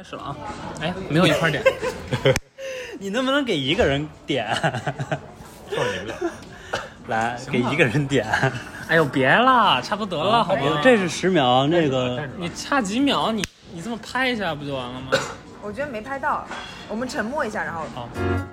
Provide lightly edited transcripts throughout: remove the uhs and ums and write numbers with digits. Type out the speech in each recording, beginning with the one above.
始了啊！哎，没有一块点， 你能不能给一个人点？ 就是你们俩， 来给一个人点。 哎呦，别了，差不多得了，好吧？ 这是10秒，那个你差几秒，你这么拍一下不就完了吗？ 我觉得没拍到，我们沉默一下，然后好。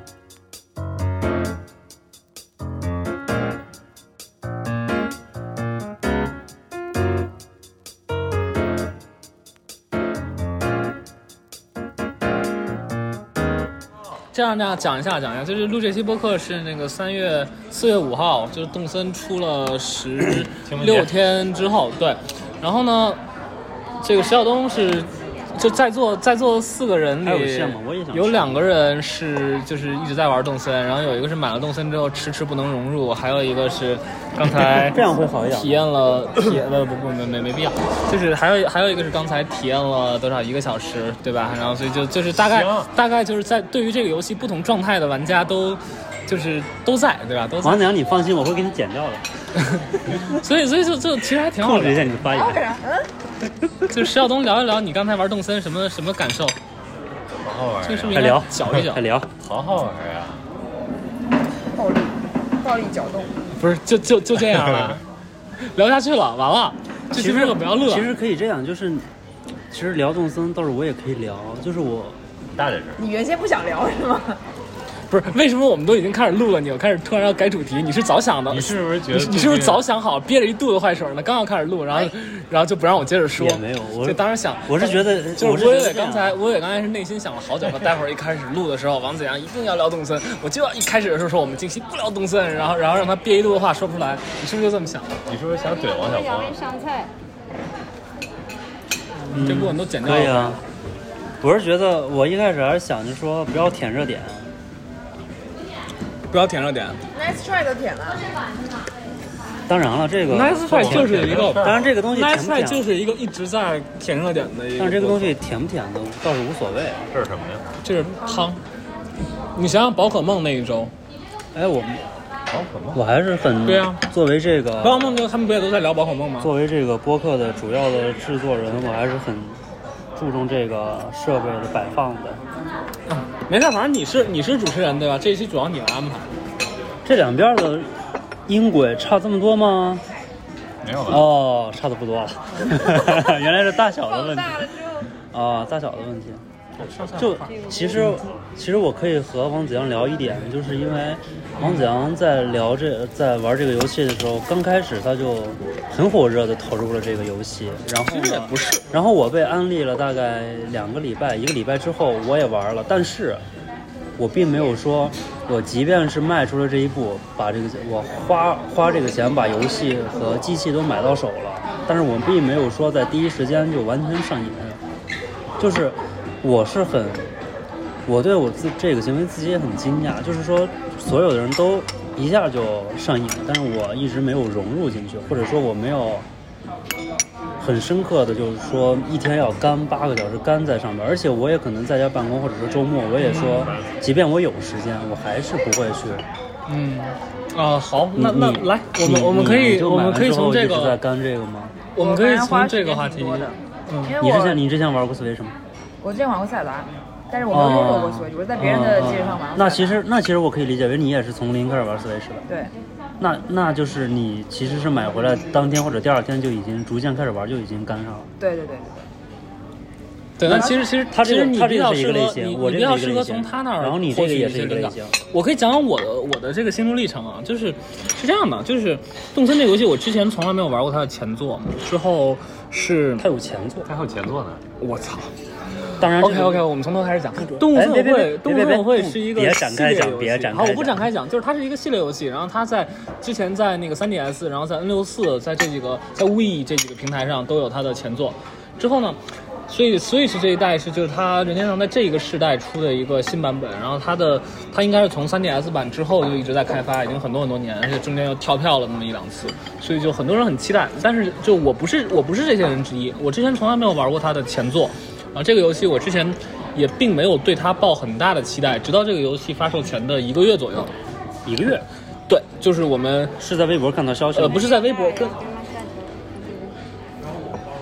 这样讲一下，就是录这期播客是那个4月5号，就是动森出了16天之后，对。然后呢，这个石晓东是就在座4个人里，有2个人是就是一直在玩动森，然后有一个是买了动森之后迟迟不能融入，还有一个是刚才这样会好一点。 体验没必要，就是还有一个是刚才体验了多少1个小时，对吧？然后所以就是大概就是在对于这个游戏不同状态的玩家都在，对吧？都在。 王娘，你放心，我会给你剪掉的。 所以就其实还挺好的。 控制一下你的发言。 就是石晓东聊一聊你刚才玩动森什么感受？ 好好玩， 这是不是应该搅一搅？ 还聊， 好好玩啊！ 暴力搅动。 不是，就这样了，聊下去了，完了。这其实不要乐。 其实可以这样，就是其实聊动森倒是我也可以聊，就是我大点声。 你原先不想聊是吗？ 不是，为什么我们都已经开始录了，你又开始突然要改主题？你是早想的？ 你是不是觉得你是不是早想好，憋着一肚子坏水呢？刚要开始录，然后就不让我接着说。 也没有，我当时想， 我是觉得， 就是我也刚才是内心想了好久，待会儿一开始录的时候，王子阳一定要聊动森，我就要一开始的时候说我们近期不聊动森，然后让他憋一肚子话说不出来。你是不是就这么想？ 你是不是想怼王小峰？ 上菜。 这部分都剪掉了。 可以啊。我是觉得我一开始还是想着说不要舔热点。 不要舔热点 ，Nice try 都舔了。 当然了，这个 Nice try 就是一个， 当然这个东西 Nice try 就是一个一直在舔热点的一个。 但是这个东西甜不甜的倒是无所谓。 这是什么呀？ 这是汤。你想想宝可梦那一周， 哎，我还是很对啊。 作为这个宝可梦，他们不也都在聊宝可梦吗？ 作为这个播客的主要的制作人，我还是很注重这个设备的摆放的。 没事，反正你是主持人对吧？这一期主要你来安排。 这两边的音轨差这么多吗？ 没有吧？ 哦，差的不多了。原来是大小的问题。大小的问题。就其实我可以和王子阳聊一点，就是因为王子阳在玩这个游戏的时候，刚开始他就很火热的投入了这个游戏，然后呢， 不是， 然后我被安利了大概2个礼拜，1个礼拜之后我也玩了，但是我并没有说，我即便是迈出了这一步，把这个我花这个钱把游戏和机器都买到手了，但是我并没有说在第一时间就完全上瘾，就是我对我这个行为自己也很惊讶，就是说所有的人都一下就上瘾了，但是我一直没有融入进去，或者说我没有很深刻的就是说一天要干8个小时干在上面，而且我也可能在家办公，或者说周末我也说，即便我有时间，我还是不会去。 好，那来，我们可以从这个在干这个吗？ 我们可以从这个话题。 你之前玩过 Switch 吗？ 我之前玩过塞尔达，但是我没有拥有过 Switch，我是在别人的机子上玩。 那其实我可以理解为你也是从零开始玩 Switch 的。 对。 那就是你其实是买回来当天或者第2天就已经逐渐开始玩，就已经干上了。 对。 对，那其实它这个你是一个类型，我这个比较适合从他那儿， 然后你这个也是一个类型。 我可以讲讲我的这个心路历程啊，是这样的，就是动森这个游戏我之前从来没有玩过它的前作，之后是它有前作， 它还有前作呢。 我操！ 当然 OK， 我们从头开始讲。动物森友会是一个别展开讲，别展开讲。 好，我不展开讲，就是它是一个系列游戏，然后它之前在那个 3DS， 然后在 N64， 在这几个在 Wii 这几个平台上都有它的前作。之后呢，所以是这一代就是它任天堂在这个世代出的一个新版本，然后它应该是从 3DS 版之后就一直在开发，已经很多年，而且中间又跳票了那么1-2次，所以就很多人很期待。但是就我不是这些人之一，我之前从来没有玩过它的前作。这个游戏我之前也并没有对它抱很大的期待，直到这个游戏发售前的1个月左右。 1个月？ 对，就是我们是在微博看到消息， 不是在微博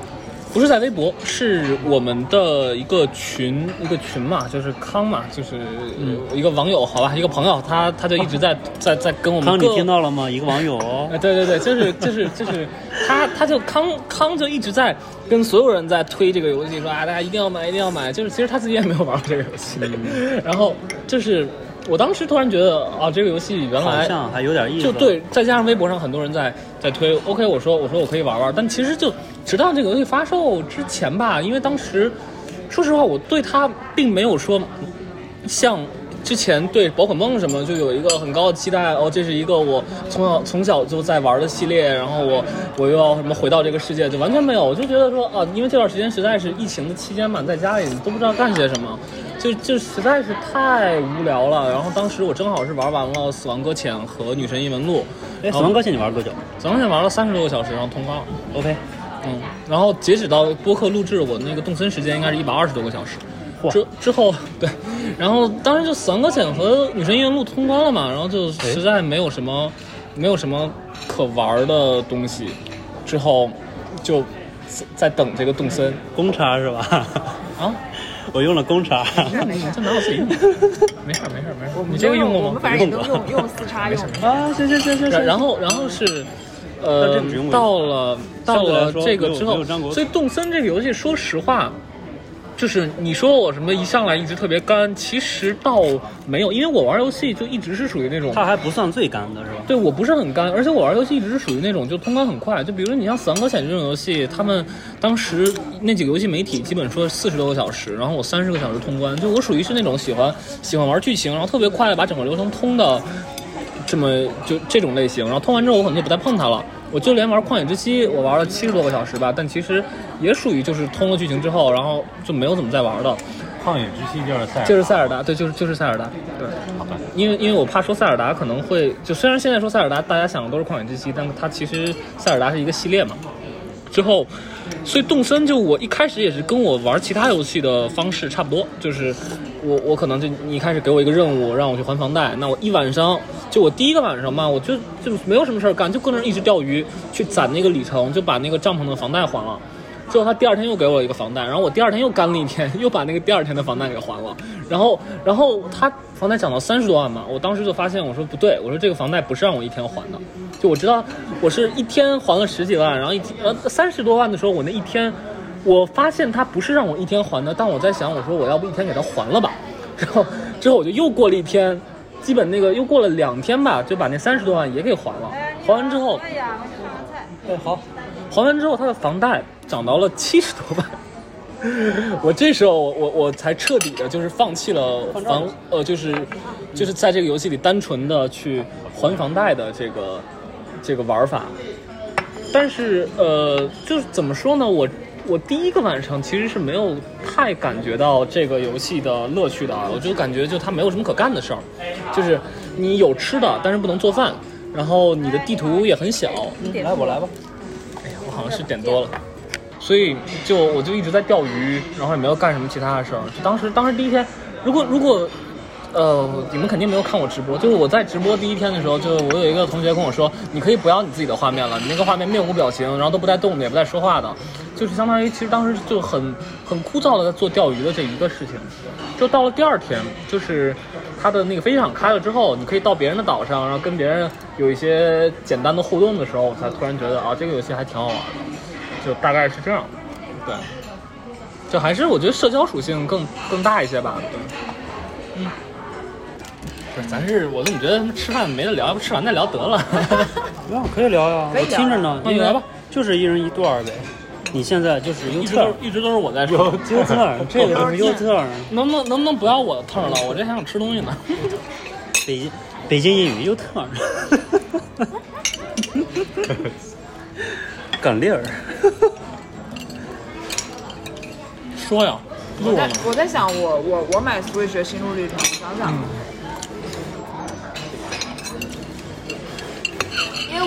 不是在微博，是我们的一个群嘛，就是康嘛，就是一个网友，好吧，一个朋友，他就一直在跟我们。 康，你听到了吗？一个网友。 对，就是他就康就一直在跟所有人在推这个游戏，说大家一定要买，一定要买。就是其实他自己也没有玩过这个游戏，然后就是我当时突然觉得这个游戏原来好像还有点意思。 就对，再加上微博上很多人在推 ，OK， 我说我可以玩，但其实就直到这个游戏发售之前吧，因为当时说实话我对它并没有说像之前对宝可梦什么就有一个很高的期待，这是一个我从小就在玩的系列，然后我又要什么回到这个世界，就完全没有，我就觉得说因为这段时间实在是疫情的期间嘛，在家里都不知道干些什么。就实在是太无聊了，然后当时我正好是玩完了《死亡搁浅》和《女神异闻录》。 死亡搁浅你玩多久？ 死亡搁浅玩了30多个小时，然后通关了。 OK， 然后截止到播客录制，我那个动森时间应该是120多个小时。之后对，然后当时就《死亡搁浅》和《女神异闻录》通关了嘛，然后就实在没有什么可玩的东西，之后就在等这个动森公差是吧？我用了公差， 没事，这哪有自己用？没事。你这个用过吗？ 我们反正也都用4叉用啊，行。 然后是，到了这个之后，所以动森这个游戏，说实话，就是你说我什么一上来一直特别干，其实倒没有，因为我玩游戏就一直是属于那种， 它还不算最干的是吧？ 对，我不是很干，而且我玩游戏一直是属于那种就通关很快，就比如说你像《死亡搁浅》这种游戏，他们当时那几个游戏媒体基本说40多个小时，然后我30个小时通关，就我属于是那种喜欢玩剧情，然后特别快的把整个流程通的就这种类型，然后通完之后我可能就不再碰它了。我就连玩旷野之息我玩了70多个小时吧，但其实也属于就是通了剧情之后，然后就没有怎么再玩的。 旷野之息就是塞尔达，对，就是塞尔达，对。 好吧。 因为我怕说塞尔达可能会，就虽然现在说塞尔达大家想的都是旷野之息，但它其实塞尔达是一个系列嘛。之后，所以动森就我一开始也是跟我玩其他游戏的方式差不多，就是我可能就你一开始给我一个任务让我去还房贷，那我一晚上就我第一个晚上嘛，我就没有什么事干，就搁那一直钓鱼去攒那个里程，就把那个帐篷的房贷还了。之后他第二天又给我一个房贷，然后我第二天又干了一天，又把那个第二天的房贷给还了。然后他房贷涨到30多万嘛，我当时就发现我说不对，我说这个房贷不是让我一天还的，就我知道我是一天还了10几万，然后30多万的时候我那一天，我发现他不是让我一天还的，但我在想我说我要不一天给他还了吧，之后我就又过了一天，基本那个又过了2天吧，就把那30多万也给还了。还完之后，好，还完之后他的房贷涨到了70多万。我这时候我才彻底的就是放弃了就是在这个游戏里单纯的去还房贷的这个玩法。但是就是怎么说呢，我第一个晚上其实是没有太感觉到这个游戏的乐趣的，我就感觉就它没有什么可干的事儿，就是你有吃的但是不能做饭，然后你的地图也很小。 我来吧。 哎呀，我好像是点多了。所以我就一直在钓鱼，然后也没有干什么其他的事儿。就当时第一天，如果你们肯定没有看我直播，就是我在直播第一天的时候，就我有一个同学跟我说，你可以不要你自己的画面了，你那个画面面无表情，然后都不带动的，也不带说话的，就是相当于其实当时就很枯燥的在做钓鱼的这一个事情。就到了第二天，就是他的那个飞机场开了之后，你可以到别人的岛上，然后跟别人有一些简单的互动的时候，我才突然觉得这个游戏还挺好玩的。就大概是这样，对，就还是我觉得社交属性更大一些吧，对，不是，我怎么觉得吃饭没得聊，要不吃完再聊得了？ 不要，可以聊呀，我听着呢。 那你来吧， 就是一人一段呗。你现在就是一直都是我在说优特，这个就是优特。 能不能不要我的 turn 了？我这还想吃东西呢。 北京英语优特。干粒儿， 说呀， 我在想我买 Switch 的心路历程，我想想，因为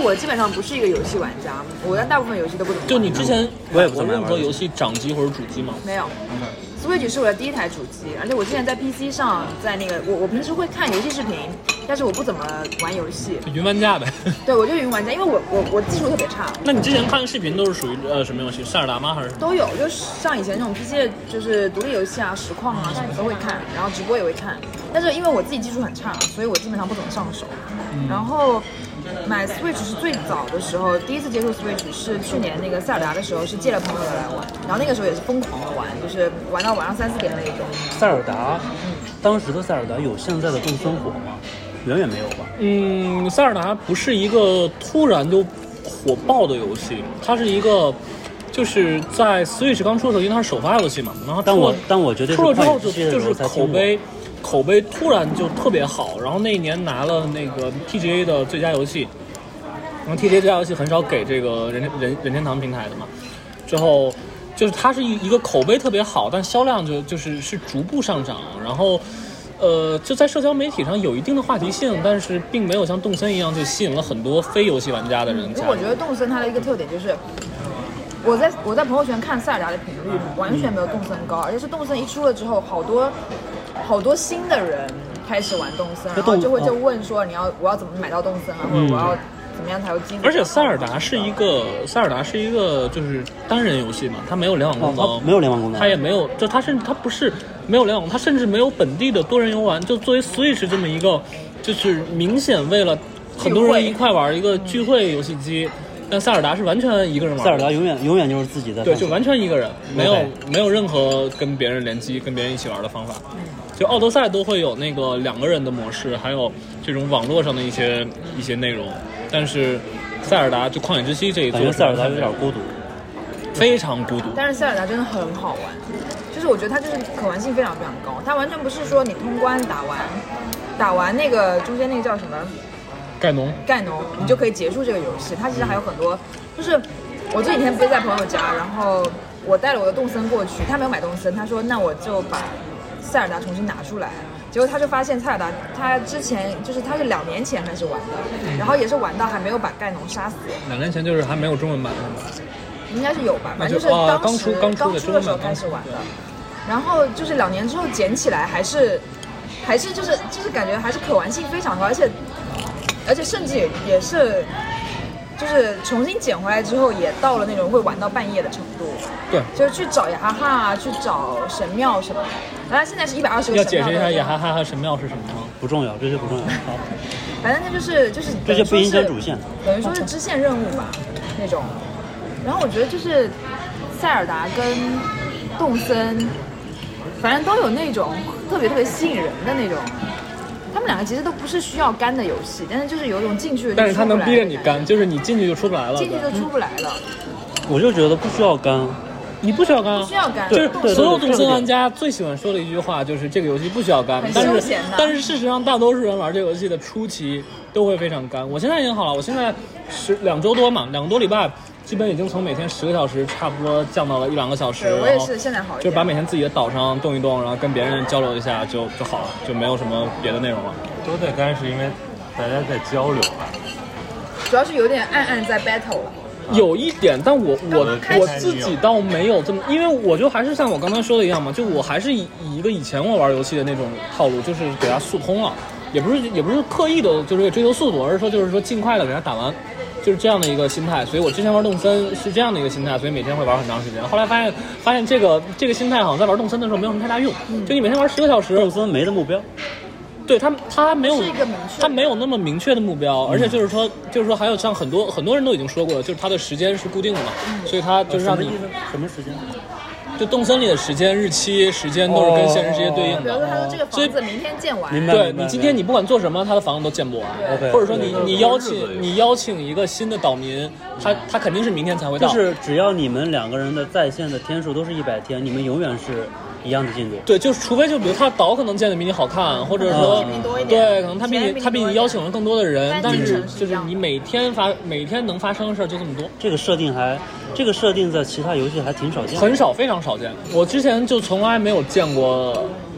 我基本上不是一个游戏玩家，我在大部分游戏都不怎么玩。 就你之前我也不怎么玩任何游戏掌机或者主机吗？ 没有。Switch 是我的第一台主机，而且我之前在 PC 上，在那个我平时会看游戏视频，但是我不怎么玩游戏。 云玩家呗。 对，我就云玩家，因为我技术特别差。 那你之前看的视频都是属于什么游戏？塞尔达吗？还是什么？ 都有，就是像以前那种 PC 的，就是独立游戏啊、实况啊什么都会看，然后直播也会看。但是因为我自己技术很差，所以我基本上不怎么上手。然后买 Switch 是最早的时候，第一次接触 Switch 是去年那个塞尔达的时候，是借了朋友的来玩，然后那个时候也是疯狂的玩，就是玩到晚上3、4点那一种。 塞尔达，当时的塞尔达有现在的动森火吗？远远没有吧。 塞尔达不是一个突然就火爆的游戏，它是一个就是在 Switch 刚出的时候，因为它是首发游戏嘛，然后但我觉得出了之后就是口碑突然就特别好，然后那一年拿了那个 TGA 的最佳游戏，然后 TGA 最佳游戏很少给这个任天堂平台的嘛，之后就是它是一个口碑特别好，但销量就是逐步上涨，然后就在社交媒体上有一定的话题性，但是并没有像动森一样就吸引了很多非游戏玩家的人。 因为我觉得动森它的一个特点就是，我在朋友圈看塞尔达的频率完全没有动森高，而且是动森一出了之后，好多新的人开始玩动森，然后就问说我要怎么买到动森啊，或者我要怎么样才有机会。 而且塞尔达是一个就是单人游戏嘛，它没有联网功能， 没有联网功能， 它也没有，就它不是没有联网，它甚至没有本地的多人游玩。就作为 Switch 这么一个，就是明显为了很多人一块玩一个聚会游戏机。但塞尔达是完全一个人玩， 塞尔达永远就是自己的， 对，就完全一个人，没有任何跟别人联机、跟别人一起玩的方法。就奥德赛都会有那个2个人的模式，还有这种网络上的一些内容，但是塞尔达就旷野之息这一座， 感觉塞尔达有点孤独， 非常孤独。 但是塞尔达真的很好玩，就是我觉得它就是可玩性非常非常高，它完全不是说你通关打完那个中间那个叫什么盖农，你就可以结束这个游戏。它其实还有很多，就是我这几天不是在朋友家，然后我带了我的动森过去，他没有买动森，他说那我就把塞尔达重新拿出来。结果他就发现塞尔达他之前就是他是2年前开始玩的，然后也是玩到还没有把盖农杀死。 2年前就是还没有中文版是吧？ 应该是有吧，反正就是刚出的时候开始玩的。然后就是2年之后捡起来还是就是感觉还是可玩性非常高，而且甚至也是，就是重新捡回来之后，也到了那种会玩到半夜的程度。 对， 就是去找雅哈哈，去找神庙什么的。然后现在是120个神庙。 要解释一下雅哈哈和神庙是什么吗？ 不重要，这些不重要。好， 反正就是这些不影响主线， 等于说是支线任务吧那种。然后我觉得就是塞尔达跟动森，反正都有那种特别吸引人的那种。他们2个其实都不是需要肝的游戏，但是就是有一种进去的， 但是他能逼着你肝，就是你进去就出不来了， 进去就出不来了。 我就觉得不需要肝， 你不需要肝， 不需要肝， 就是所有动森玩家最喜欢说的一句话就是这个游戏不需要肝，但是事实上大多数人玩这个游戏的初期都会非常肝。我现在已经好了，我现在2周多嘛，2个多礼拜。基本已经从每天10个小时，差不多降到了1-2个小时。 我也是，现在好一点。 就是把每天自己的岛上动一动，然后跟别人交流一下就好了，就没有什么别的内容了。 都在干是因为大家在交流啊。 主要是有点暗在 battle 了。 有一点，但我自己倒没有这么，因为我就还是像我刚才说的一样嘛，就我还是以一个以前我玩游戏的那种套路，就是给它速通了，也不是刻意的，就是追求速度，而是说尽快的给它打完。就是这样的一个心态，所以我之前玩动森是这样的一个心态，所以每天会玩很长时间。后来发现这个心态好像在玩动森的时候没有什么太大用，就你每天玩10个小时， 动森没的目标。 对他没有是一个明确， 他没有那么明确的目标，而且就是说还有像很多人都已经说过了，就是他的时间是固定的嘛，所以他就是让你什么时间？ 就动森里的时间、日期、时间都是跟现实世界对应的。 比如说，他说这个房子明天建完， 对你今天你不管做什么，他的房子都建不完。或者说你邀请一个新的岛民，他肯定是明天才会到。 就是只要你们2个人的在线的天数都是100天，你们永远是一样的进度。 对，就是除非就比如他岛可能建的比你好看，或者说对，可能他比你邀请了更多的人，但是就是你每天能发生的事儿就这么多。 这个设定在其他游戏还挺少见的， 很少，非常少见。我之前就从来没有见过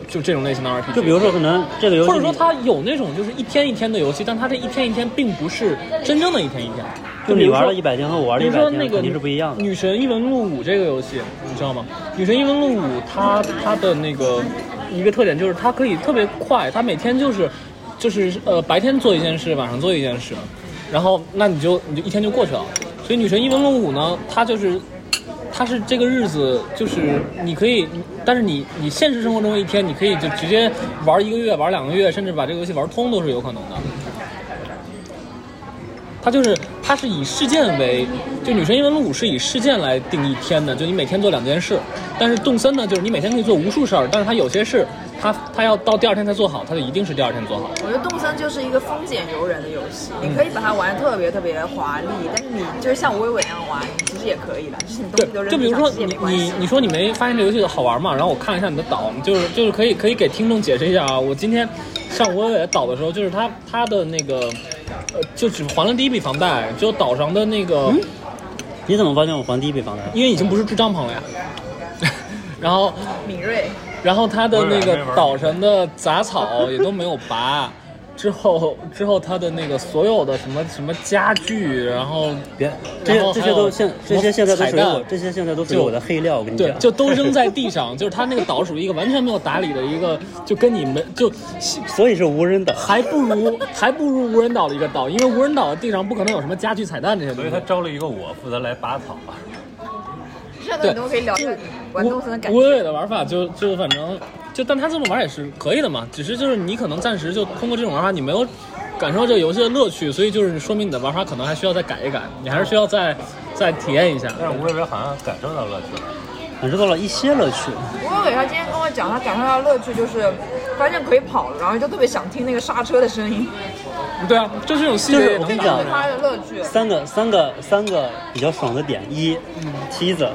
就这种类型的 RPG。 就比如说可能这个游戏， 或者说它有那种就是一天一天的游戏，但它这一天一天并不是真正的一天一天。 就你玩了100天和我玩了100天， 那个肯定是不一样的。 女神异闻录5这个游戏，你知道吗？女神异闻录5它的那个一个特点就是它可以特别快，它每天就是白天做一件事，晚上做一件事，然后那你就一天就过去了。所以女神异闻录5呢，它是这个日子，就是你可以，但是你现实生活中的一天，你可以就直接玩1个月、玩2个月，甚至把这个游戏玩通都是有可能的。它是以事件为，就女神异闻录5是以事件来定一天的，就你每天做2件事。但是动森呢，就是你每天可以做无数事儿，但是它有些事，它要到第2天才做好，它就一定是第2天做好。 我觉得动森就是一个丰俭由人的游戏，你可以把它玩得特别特别华丽，但是你就是像微微那样玩，其实也可以的，就是你东西都扔就比如说你说你没发现这游戏好玩嘛？然后我看了一下你的岛，就是可以给听众解释一下啊。我今天上微微的岛的时候，就是它的那个就只还了第1笔房贷，就岛上的那个。 你怎么发现我还第1笔房贷？ 因为已经不是住帐篷了呀。然后敏锐， 然后它的那个岛上的杂草也都没有拔，之后它的那个所有的什么家具，然后这些现在都属于我，这些现在都属于我的黑料。我跟你讲， 对，就都扔在地上，就是它那个岛属于一个完全没有打理的一个，就跟你们就， 所以是无人岛， 还不如无人岛的一个岛，因为无人岛的地上不可能有什么家具彩蛋这些东西。 所以他招了一个我负责来拔草。 对，都可以聊玩动森的感觉。 无尾的玩法就反正但他这么玩也是可以的嘛，只是就是你可能暂时就通过这种玩法，你没有感受到这个游戏的乐趣，所以就是说明你的玩法可能还需要再改一改，你还是需要再体验一下。 但是无尾好像感受到乐趣了， 感受到了一些乐趣。 无尾他今天跟我讲，他感受到乐趣就是发现可以跑了，然后就特别想听那个刹车的声音。 对啊，这种系列我跟你讲， 他的乐趣三个比较爽的点：一，梯子。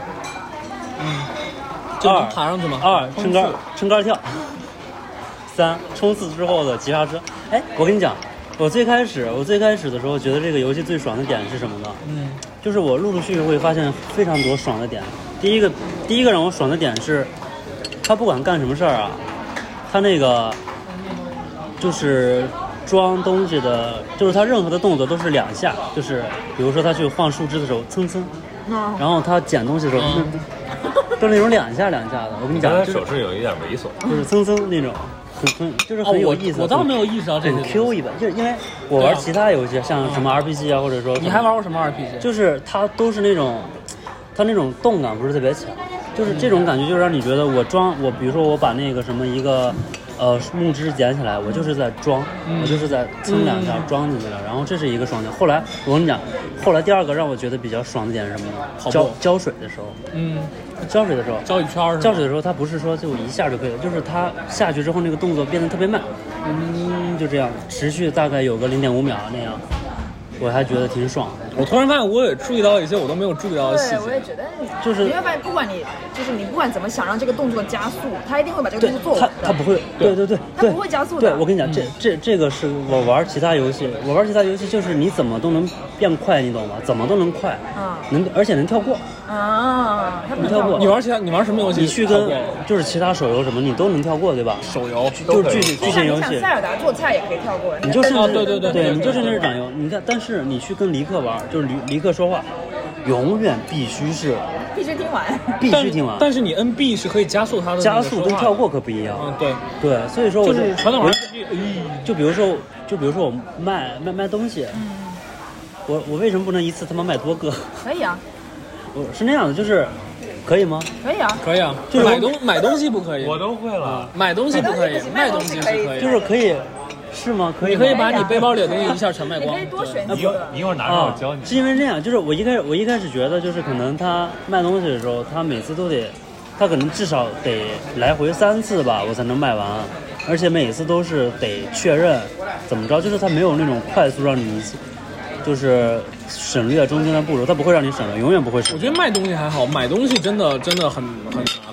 就能爬上去吗 ？2，撑杆跳。3，冲刺之后的急刹车。哎，我跟你讲，我最开始的时候觉得这个游戏最爽的点是什么呢？就是我陆续会发现非常多爽的点。第一个让我爽的点是，他不管干什么事儿啊，他那个就是装东西的，就是他任何的动作都是2下，就是比如说他去晃树枝的时候蹭蹭，然后他捡东西的时候都是那种2下的。我跟你讲， 他手势有一点猥琐， 就是蹭蹭那种，就是很有意思。 我倒没有意识到这个。 很 Q 一般，就是因为我玩其他游戏，像什么 RPG 啊，或者说你还玩过什么 RPG？ 就是它都是那种，它那种动感不是特别强，就是这种感觉就让你觉得我比如说我把那个什么一个木枝捡起来，我就是在装，我就是在蹭2下装进去了，然后这是一个爽点。后来我跟你讲，后来第2个让我觉得比较爽的点是什么呢？浇水的时候，浇水的时候， 浇一圈， 浇水的时候，它不是说就一下就可以了，就是它下去之后那个动作变得特别慢，就这样持续大概有个0.5秒那样，我还觉得挺爽的。 我突然发现我也注意到一些我都没有注意到的细节。 对，我也觉得， 就是你会发现，你不管怎么想让这个动作加速，它一定会把这个东西做完。 它不会，对， 它不会加速的。 对，我跟你讲，这个是我玩其他游戏就是你怎么都能变快，你懂吗？怎么都能快，而且能跳过。 能跳过。 你玩什么游戏？ 你去跟就是其他手游什么你都能跳过，对吧？ 手游就是剧情游戏。 塞尔达做菜也可以跳过。 你就是对， 你就是那是掌游。你看，但是你去跟离克玩，就是离克说话，永远必须听完。 但是你 NB 是可以加速它的。 加速跟跳过可不一样。对，所以说就是传统 RPG。 就比如说我卖东西，我为什么不能一次他妈卖多个？ 可以啊。 我是那样的，就是可以吗？ 可以啊，就是买东西不可以。 我都会了。 买东西不可以，卖东西是可以。 就是可以，是吗？可以。 你可以把你背包里的东西一下全卖光。 你可以多选几个。你一会儿拿着我教你。 是因为这样，就是我一开始觉得，就是可能他卖东西的时候，他每次都得，他可能至少得来回3次吧，我才能卖完，而且每次都是得确认怎么着，就是他没有那种快速让你就是省略中间的步骤，他不会让你省略，永远不会省略。 我觉得卖东西还好，买东西真的很麻烦。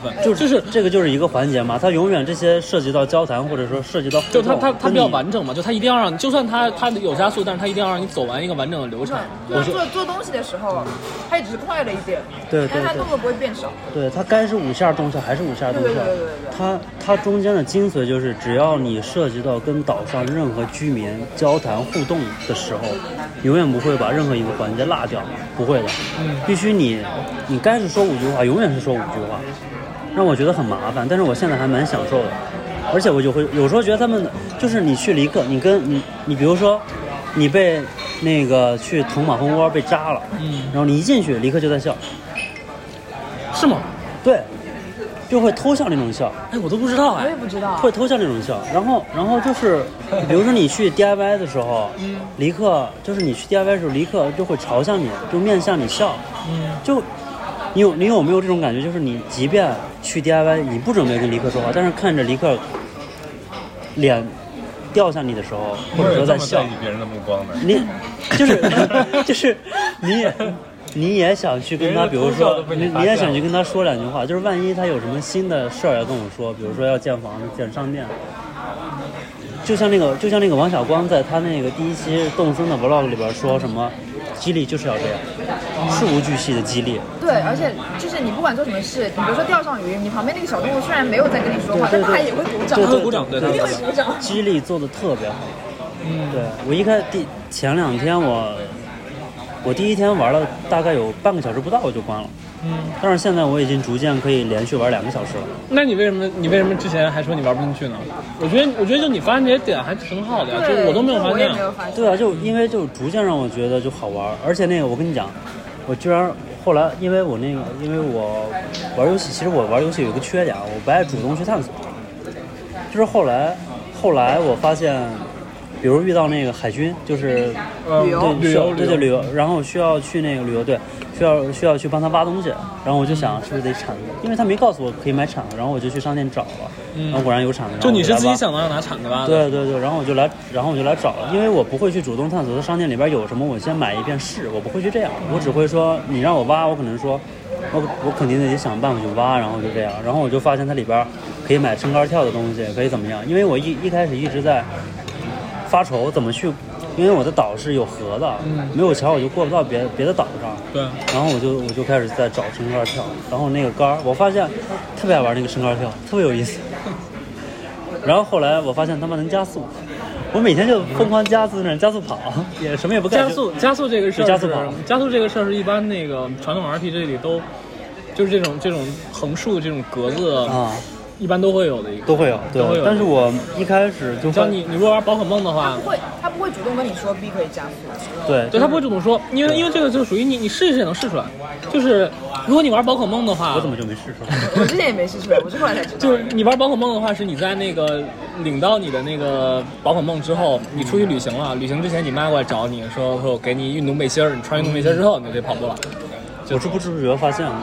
烦，就是这个就是一个环节嘛，它永远这些涉及到交谈或者说涉及到就它比较完整嘛，就它一定要让，就算它有加速，但是它一定要让你走完一个完整的流程。 做东西的时候，它也只是快了一点， 对， 但是它动作不会变少。 对，它该是5下动效还是5下动效。对。它中间的精髓就是，只要你涉及到跟岛上任何居民交谈互动的时候，永远不会把任何一个环节落掉，不会的。必须你该是说5句话，永远是说5句话，让我觉得很麻烦。但是我现在还蛮享受的，而且我就会有时候觉得他们就是你去离克，你比如说你被那个去捅马蜂窝被扎了，然后你一进去离克就在笑， 是吗？ 对。就会偷笑那种笑， 哎，我都不知道哎， 我也不知道， 会偷笑那种笑。然后就是，比如说你去 DIY 的时候，离克就是你去 DIY 的时候，离克就会朝向你，就面向你笑。就你有没有这种感觉？就是你即便去 DIY， 你不准备跟离克说话，但是看着离克脸掉向你的时候，或者说在笑， 在意别人的目光的， 你就是你也想去跟他，比如说你也想去跟他说2句话，就是万一他有什么新的事儿要跟我说，比如说要建房子、建商店，就像那个王小光在他那个第1期动森的 vlog 里边说什么，激励就是要这样，事无巨细的激励。 对，而且就是你不管做什么事，你比如说钓上鱼，你旁边那个小动物虽然没有在跟你说话，但它也会鼓掌， 它会鼓掌，对， 一定会鼓掌。 激励做的特别好。对，我前2天我第1天玩了大概有半个小时不到我就关了，但是现在我已经逐渐可以连续玩2个小时了。 那你为什么之前还说你玩不进去呢？我觉得就你发现这些点还挺好的呀，就是我都没有发现。 对啊，就因为就逐渐让我觉得就好玩，而且那个我跟你讲，我居然后来因为我玩游戏，其实我玩游戏有一个缺点，我不爱主动去探索，就是后来我发现。比如遇到那个海军，就是旅游， 然后需要去那个旅游队，需要去帮他挖东西，然后我就想是不是得铲子，因为他没告诉我可以买铲子，然后我就去商店找了，然后果然有铲子。 就你是自己想到要拿铲子挖的？ 对，然后我就来找了，因为我不会去主动探索的商店里边有什么，我先买一遍试，我不会去这样，我只会说你让我挖，我可能说我肯定得想办法去挖，然后就这样，然后我就发现它里边可以买撑杆跳的东西，可以怎么样？因为我一开始一直在发愁怎么去，因为我的岛是有河的，没有桥我就过不到别的岛上。 对， 然后我就开始在找撑杆跳，然后那个杆我发现特别爱玩那个撑杆跳，特别有意思。然后后来我发现他们能加速，我每天就疯狂加速跑，也什么也不干。 加速这个事儿， 加速跑， 加速这个事儿是一般那个传统 RPG 里都就是这种横竖这种格子啊。一般都会有的一个， 都会有。但是我一开始就像你如果玩宝可梦的话， 他不会主动跟你说 B 可以加速。 对， 他不会主动说，因为这个就属于你试一试也能试出来。就是如果你玩宝可梦的话， 我怎么就没试出来？ 我之前也没试出来，我是后来才知道。 就是你玩宝可梦的话，是你在那个领到你的那个宝可梦之后，你出去旅行了，旅行之前你妈过来找你说我给你运动背心儿，你穿运动背心儿之后你就可以跑步了。 我是不知不觉发现了。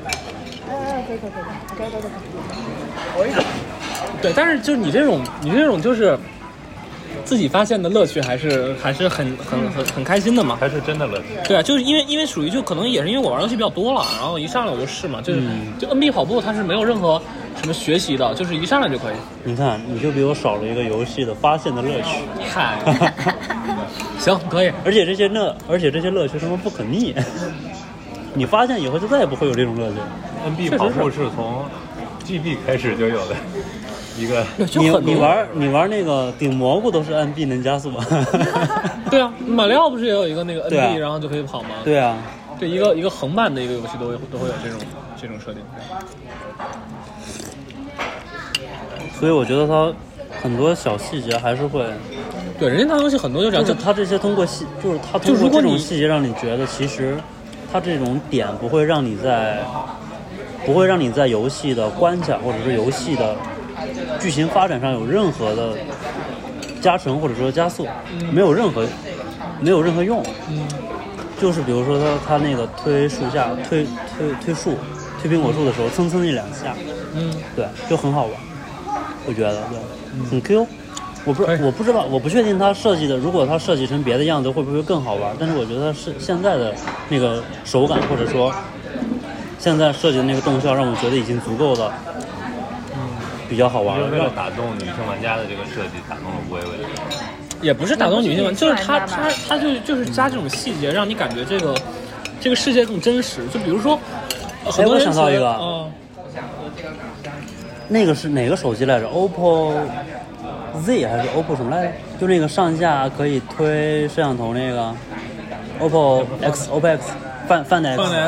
可以。 对，但是就是你这种就是自己发现的乐趣，还是很开心的嘛， 还是真的乐趣。 对啊，就是因为属于就可能也是因为我玩游戏比较多了，然后一上来我就试嘛，就 NB 跑步它是没有任何什么学习的，就是一上来就可以。 你看，你就比我少了一个游戏的发现的乐趣。 嗨，行，可以。 而且这些乐趣他们不可逆，你发现以后就再也不会有这种乐趣。 NB 跑步是从 GB 开始就有的。一个你玩那个顶蘑菇都是按 B 能加速吗？ 对啊，马里奥不是也有一个那个 NB，然后就可以跑吗？ 对啊， 对一个横版的一个游戏都会有这种设定。 所以我觉得它很多小细节还是会， 对，人家那游戏很多就这样， 就是它这些通过就是它通过这种细节让你觉得其实它这种点不会让你在游戏的关卡或者是游戏的剧情发展上有任何的加成或者说加速，没有任何用。就是比如说他那个推树下推苹果树的时候，蹭蹭那2下，对，就很好玩，我觉得对，很 Q。我不知道，我不确定他设计的，如果他设计成别的样子会不会更好玩？但是我觉得是现在的那个手感或者说现在设计的那个动效让我觉得已经足够的，比较好玩了。 为了打动女性玩家的这个设计，打动了无为为。 也不是打动女性玩，就是他就是加这种细节，让你感觉这个世界更真实。就比如说， 我想到一个，那个是哪个手机来着 ？OPPO Z 还是 OPPO 什么来着？就那个上下可以推摄像头那个 OPPO X。Find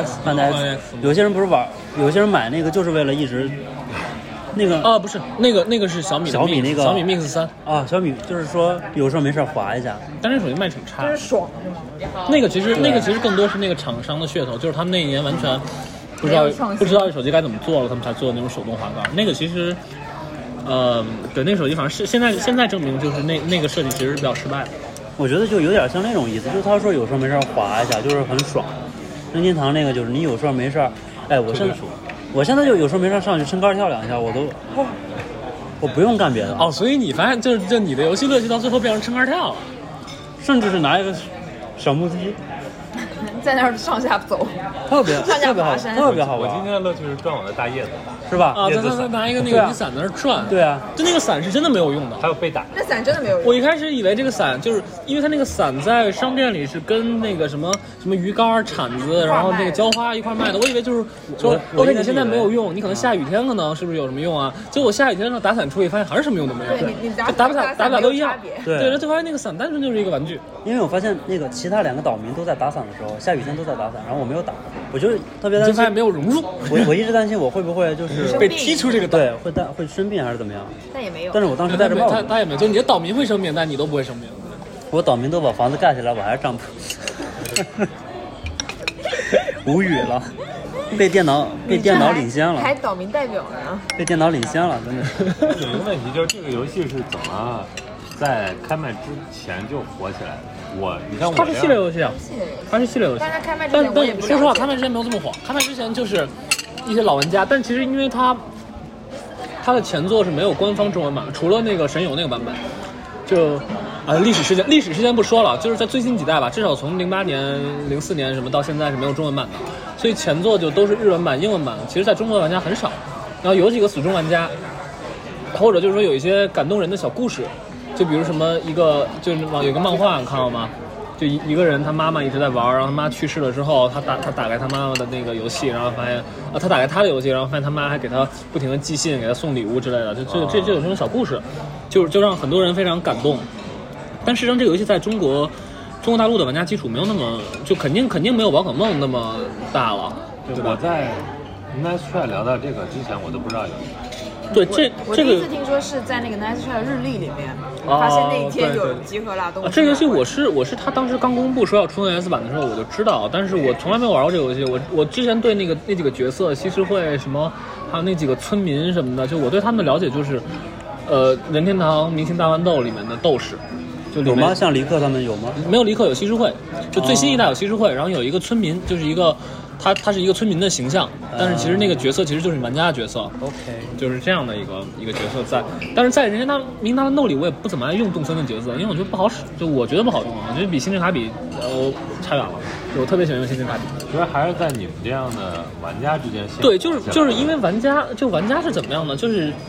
X， 有些人不是有些人买那个就是为了一直那个不是那个是小米那个小米 Mix 3 啊，小米就是说有时候没事滑一下， 但是手机卖挺差， 就是爽是吗？ 那个其实更多是那个厂商的噱头，就是他们那一年完全不知道这手机该怎么做了，他们才做那种手动滑盖。那个其实对，那个手机反正是现在证明就是那个设计其实是比较失败的。 我觉得就有点像那种意思，就是他说有时候没事滑一下就是很爽。任天堂那个就是你有时候没事哎，我现在就有时候没事上去撑杆跳2下，我不用干别的。 所以你发现就你的游戏乐趣到最后变成撑杆跳了， 甚至是拿一个小木屐在那儿上下走， 特别好玩。 我今天的乐趣是转我的大叶子， 是吧？ 他拿一个那个雨伞在那儿转。 对啊， 就那个伞是真的没有用的， 还有被打。 那伞真的没有用。 我一开始以为这个伞就是因为它那个伞在商店里是跟那个什么鱼竿、铲子，然后那个浇花一块卖的，我以为就是说 OK 你现在没有用，你可能下雨天可能是不是有什么用啊？结果我下雨天打伞出去发现还是什么用都没有。 对，你打不打都一样。 对， 然后就发现那个伞单纯就是一个玩具。 因为我发现那个其他2个岛民都在打伞的时候，下雨天都在打伞，然后我没有打，我就特别担心， 就发现没有融入。 我一直担心我会不会就是被踢出这个岛， 对，会生病还是怎么样？ 但也没有。 但是我当时戴着帽子， 他也没有，就你的岛民会生病，但你都不会生病。 我岛民都把房子盖起来，我还是上铺。无语了，被电脑领先了， 还岛民代表呢？ 被电脑领先了，真的是。 有一个问题就是这个游戏是怎么在开卖之前就火起来的？你像我， 它是系列游戏啊，它是系列游戏。 但是开卖之前我也不了解。 说实话，开卖之前没有这么火。开卖之前就是一些老玩家，但其实因为它的前作是没有官方中文版，除了那个神游那个版本，就历史事件不说了，就是在最近几代吧，至少从08年、04年什么到现在是没有中文版的，所以前作就都是日文版、英文版。其实在中国的玩家很少，然后有几个死忠玩家，或者就是说有一些感动人的小故事。就比如什么就是有个漫画，你看到吗？就一个人他妈妈一直在玩，然后他妈去世了之后，他打开他妈妈的那个游戏，然后发现他打开他的游戏，然后发现他妈还给他不停的寄信，给他送礼物之类的，这有这种小故事，就让很多人非常感动。但事实上这个游戏在中国大陆的玩家基础没有那么，就肯定没有宝可梦那么大了，对吧？ 我在 Nice Try 聊到这个之前，我都不知道有。 对， 我第一次听说是在那个 Nice Try 日历里面，发现那一天有集合拉动。 这个游戏我是他当时刚公布说要出 NS 版的时候我就知道，但是我从来没有玩过这个游戏。我之前对那几个角色，西施惠什么，还有那几个村民什么的，就我对他们的了解就是，任天堂明星大乱斗里面的斗士。就有吗？像离克他们有吗？ 没有离克，有西施惠，就最新一代有西施惠，然后有一个村民，就是一个他是一个村民的形象，但是其实那个角色其实就是玩家的角色。 OK， 就是这样的一个角色在，但是在人家明大乱斗里，我也不怎么爱用动森的角色，因为我觉得不好使，就我觉得不好用，我觉得比星之卡比差远了。我特别喜欢用星之卡比。 其实还是在你们这样的玩家之间。 对，就是因为玩家是怎么样呢？就是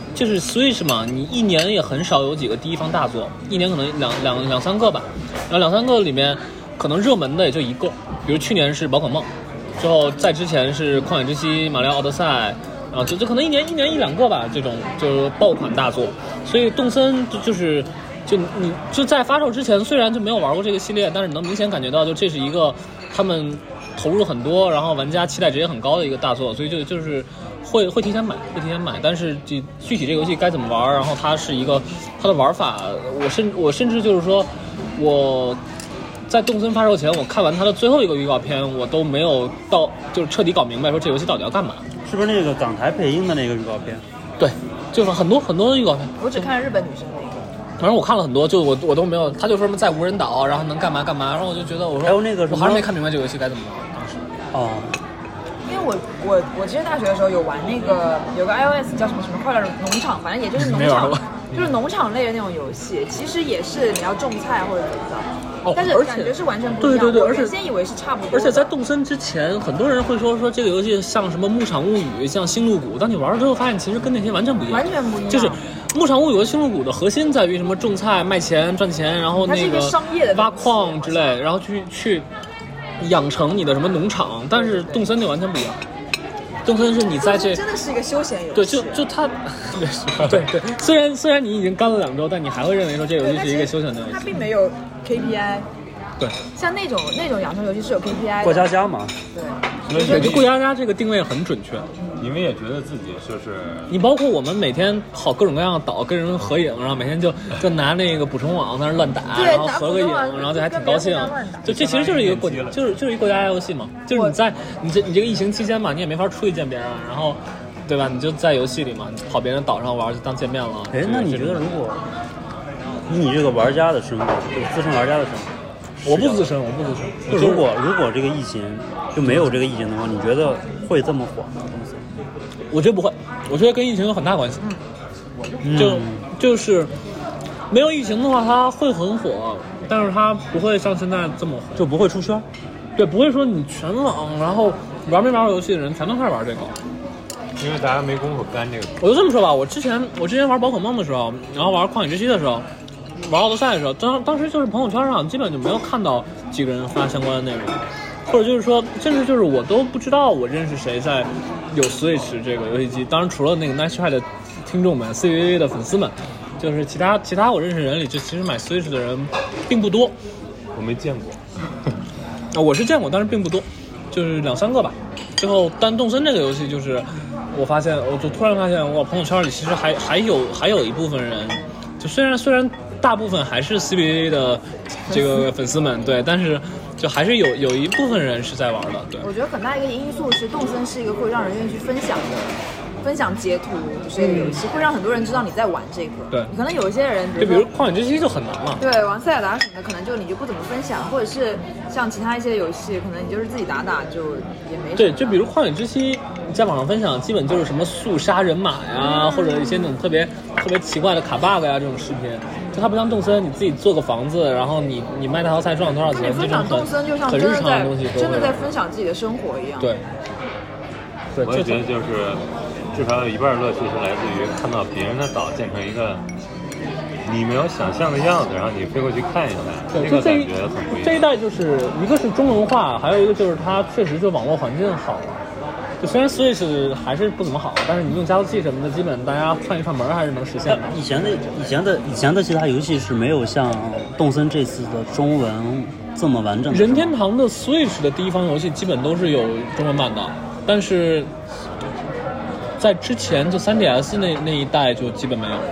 Switch 嘛，你一年也很少有几个第一方大作，一年可能两三个吧，然后2-3个里面可能热门的也就一个，比如去年是宝可梦，之后在之前是旷野之息、马里奥奥德赛，然后就可能一年1-2个吧，这种就是爆款大作。所以动森就你就在发售之前，虽然就没有玩过这个系列，但是你能明显感觉到，就这是一个他们投入很多，然后玩家期待值也很高的一个大作，所以就是会提前买，但是具体这个游戏该怎么玩，然后它是一个它的玩法，我甚至就是说我在动森发售前，我看完它的最后一个预告片，我都没有就是彻底搞明白说这游戏到底要干嘛。 是不是那个港台配音的那个预告片？ 对，就是很多预告片。 我只看日本女生那个。 反正我看了很多，就我都没有，他就说什么在无人岛，然后能干嘛，然后我就觉得我说， 还有那个什么， 我还是没看明白这个游戏该怎么玩当时。 哦， 因为我其实大学的时候有玩那个有个 iOS 叫什么快乐农场，反正也就是农场， 就是农场类的那种游戏，其实也是你要种菜或者怎么的，但是感觉是完全不一样。 对，而且原先以为是差不多的。 而且在动森之前，很多人会说这个游戏像什么《牧场物语》、像《星露谷》，当你玩了之后，发现其实跟那些完全不一样。 完全不一样。 就是《牧场物语》和《星露谷》的核心在于什么种菜、卖钱、赚钱，然后那个商业的挖矿之类，然后去养成你的什么农场。但是动森就完全不一样。动森是你在这真的是一个休闲游戏。 对，就它，对，虽然你已经干了2周，但你还会认为说这个游戏是一个休闲的游戏。 它并没有 KPI。 对， 像那种养成游戏是有 KPI 的。 过家家嘛。 对，就过家家这个定位很准确。 你们也觉得自己就是你包括我们每天跑各种各样的岛跟人合影，然后每天就拿那个捕虫网在那乱打，然后合个影，然后就还挺高兴。就这其实就是一个就是一个过家家游戏嘛，就是你这个疫情期间嘛，你也没法出去见别人，然后对吧？你就在游戏里嘛，你跑别人岛上玩就当见面了。 那你觉得如果以你这个玩家的身份，就资深玩家的身份？ 我不资深。 就如果这个疫情就没有这个疫情的话，你觉得会这么火吗？ 我觉得不会，我觉得跟疫情有很大关系。就是没有疫情的话，它会很火，但是它不会像现在这么火， 就不会出圈。 对，不会说你全网，然后玩没玩过游戏的人全都开始玩这个。 因为大家没工夫干这个。 我就这么说吧，我之前玩宝可梦的时候，然后玩旷野之息的时候。玩奥德赛的时候，当时就是朋友圈上基本就没有看到几个人发相关的内容，或者就是说，甚至就是我都不知道我认识谁在有 Switch 这个游戏机。当然，除了那个 Nice Try 的听众们、CVA 的粉丝们，就是其他我认识人里，就其实买 Switch 的人并不多。 我没见过。 我是见过，但是并不多，就是2-3个吧。最后，但动森这个游戏，就是我就突然发现，我朋友圈里其实还有一部分人，就虽然。大部分还是 CBA 的这个粉丝们，对，但是就还是有一部分人是在玩的，对。 我觉得很大一个因素是动森是一个会让人愿意去分享截图这个游戏，会让很多人知道你在玩这个。 对， 可能有一些人， 比如旷野之息就很难了。 对，玩塞尔达什么的，可能你就不怎么分享，或者是像其他一些游戏，可能你就是自己打就也没什么。 对，就比如旷野之息，你在网上分享，基本就是什么速杀人马呀，或者一些那种特别奇怪的卡 bug 呀这种视频。就它不像动森，你自己做个房子，然后你卖那套菜赚了多少钱， 你分享动森就像很日常的东西， 真的在分享自己的生活一样。 对， 我也觉得就是至少有一半乐趣是来自于看到别人的岛建成一个你没有想象的样子，然后你飞过去看一下， 对， 这个感觉很不一样。 这一代就是一个是中文化，还有一个就是它确实就网络环境好了。就虽然 Switch 还是不怎么好，但是你用加速器什么的，基本大家串一串门还是能实现的。 以前的其他游戏是没有像动森这次的中文这么完整的。 任天堂的 Switch 的第一方游戏基本都是有中文版的，但是在之前就 3DS 那一代就基本没有，